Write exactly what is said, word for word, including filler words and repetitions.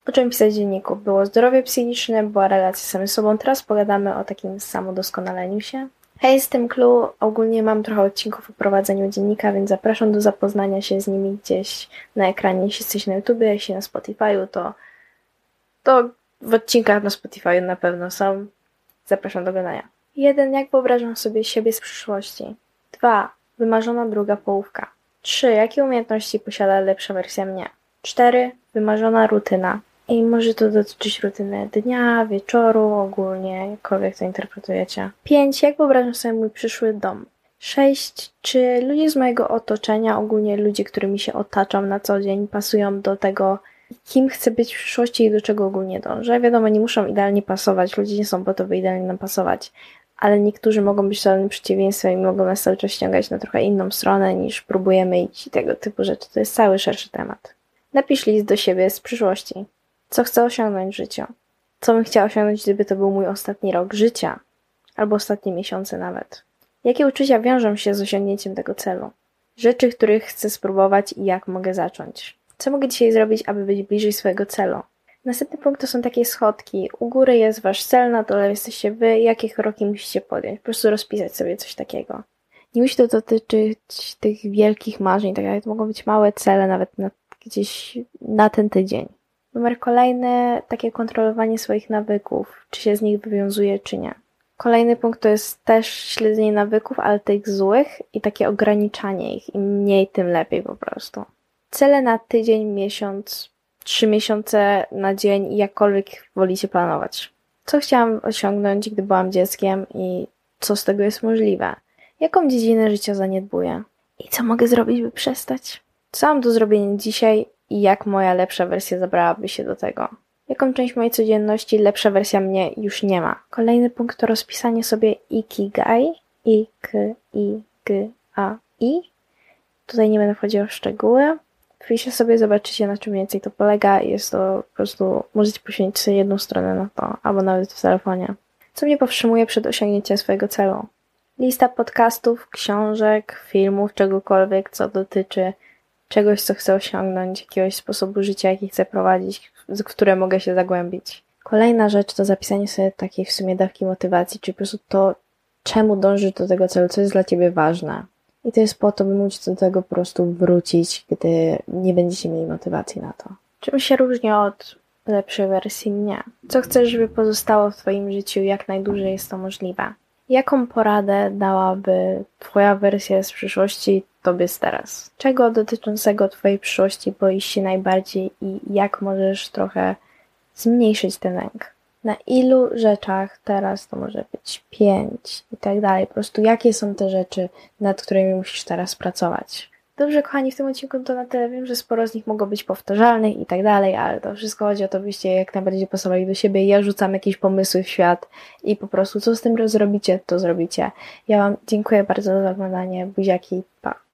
O czym pisać w dzienniku? Było zdrowie psychiczne, była relacja z samym sobą. Teraz pogadamy o takim samodoskonaleniu się. Hej, z tym Clue. Ogólnie mam trochę odcinków o prowadzeniu dziennika, więc zapraszam do zapoznania się z nimi gdzieś na ekranie. Jeśli jesteś na YouTubie, jeśli na Spotify'u, to, to w odcinkach na Spotify'u na pewno są. Zapraszam do oglądania. Jeden. Jak wyobrażam sobie siebie z przyszłości? Dwa. Wymarzona druga połówka. Trzy. Jakie umiejętności posiada lepsza wersja mnie? Cztery. Wymarzona rutyna. I może to dotyczyć rutyny dnia, wieczoru, ogólnie, jakkolwiek to interpretujecie. Pięć. Jak wyobrażam sobie mój przyszły dom? Sześć. Czy ludzie z mojego otoczenia, ogólnie ludzie, którymi się otaczam na co dzień, pasują do tego, kim chcę być w przyszłości i do czego ogólnie dążę? Wiadomo, nie muszą idealnie pasować, ludzie nie są po to, by idealnie nam pasować, ale niektórzy mogą być totalnym przeciwieństwem i mogą nas cały czas ściągać na trochę inną stronę niż próbujemy iść i tego typu rzeczy. To jest cały szerszy temat. Napisz list do siebie z przyszłości. Co chcę osiągnąć w życiu? Co bym chciała osiągnąć, gdyby to był mój ostatni rok życia? Albo ostatnie miesiące nawet. Jakie uczucia wiążą się z osiągnięciem tego celu? Rzeczy, których chcę spróbować i jak mogę zacząć? Co mogę dzisiaj zrobić, aby być bliżej swojego celu? Następny punkt to są takie schodki. U góry jest wasz cel, na dole jesteście wy. Jakie kroki musicie podjąć? Po prostu rozpisać sobie coś takiego. Nie musi to dotyczyć tych wielkich marzeń, tak jak to mogą być małe cele, nawet na, gdzieś na ten tydzień. Numer kolejny, takie kontrolowanie swoich nawyków, czy się z nich wywiązuje, czy nie. Kolejny punkt to jest też śledzenie nawyków, ale tych złych i takie ograniczanie ich. Im mniej, tym lepiej po prostu. Cele na tydzień, miesiąc, trzy miesiące na dzień i jakkolwiek wolicie planować. Co chciałam osiągnąć, gdy byłam dzieckiem i co z tego jest możliwe? Jaką dziedzinę życia zaniedbuję? I co mogę zrobić, by przestać? Co mam do zrobienia dzisiaj i jak moja lepsza wersja zabrałaby się do tego? Jaką część mojej codzienności lepsza wersja mnie już nie ma? Kolejny punkt to rozpisanie sobie ikigai. I, k, i, g, a, i. Tutaj nie będę wchodziła w szczegóły. Wpiszę sobie, zobaczycie, na czym więcej to polega. Jest to po prostu, możecie poświęcić sobie jedną stronę na to, albo nawet w telefonie. Co mnie powstrzymuje przed osiągnięciem swojego celu? Lista podcastów, książek, filmów, czegokolwiek, co dotyczy czegoś, co chcę osiągnąć, jakiegoś sposobu życia, jaki chcę prowadzić, w które mogę się zagłębić. Kolejna rzecz to zapisanie sobie takiej w sumie dawki motywacji, czyli po prostu to, czemu dążysz do tego celu, co jest dla ciebie ważne. I to jest po to, by móc do tego po prostu wrócić, gdy nie będziecie mieli motywacji na to. Czym się różni od lepszej wersji mnie? Co chcesz, żeby pozostało w twoim życiu, jak najdłużej jest to możliwe? Jaką poradę dałaby twoja wersja z przyszłości tobie z teraz? Czego dotyczącego twojej przyszłości boisz się najbardziej i jak możesz trochę zmniejszyć ten lęk? Na ilu rzeczach teraz to może być pięć i tak dalej. Po prostu jakie są te rzeczy, nad którymi musisz teraz pracować? Dobrze, kochani, w tym odcinku to na tyle. Wiem, że sporo z nich mogło być powtarzalnych i tak dalej, ale to wszystko chodzi o to, byście jak najbardziej pasowali do siebie. Ja rzucam jakieś pomysły w świat i po prostu co z tym zrobicie, to zrobicie. Ja wam dziękuję bardzo za oglądanie. Buziaki, pa!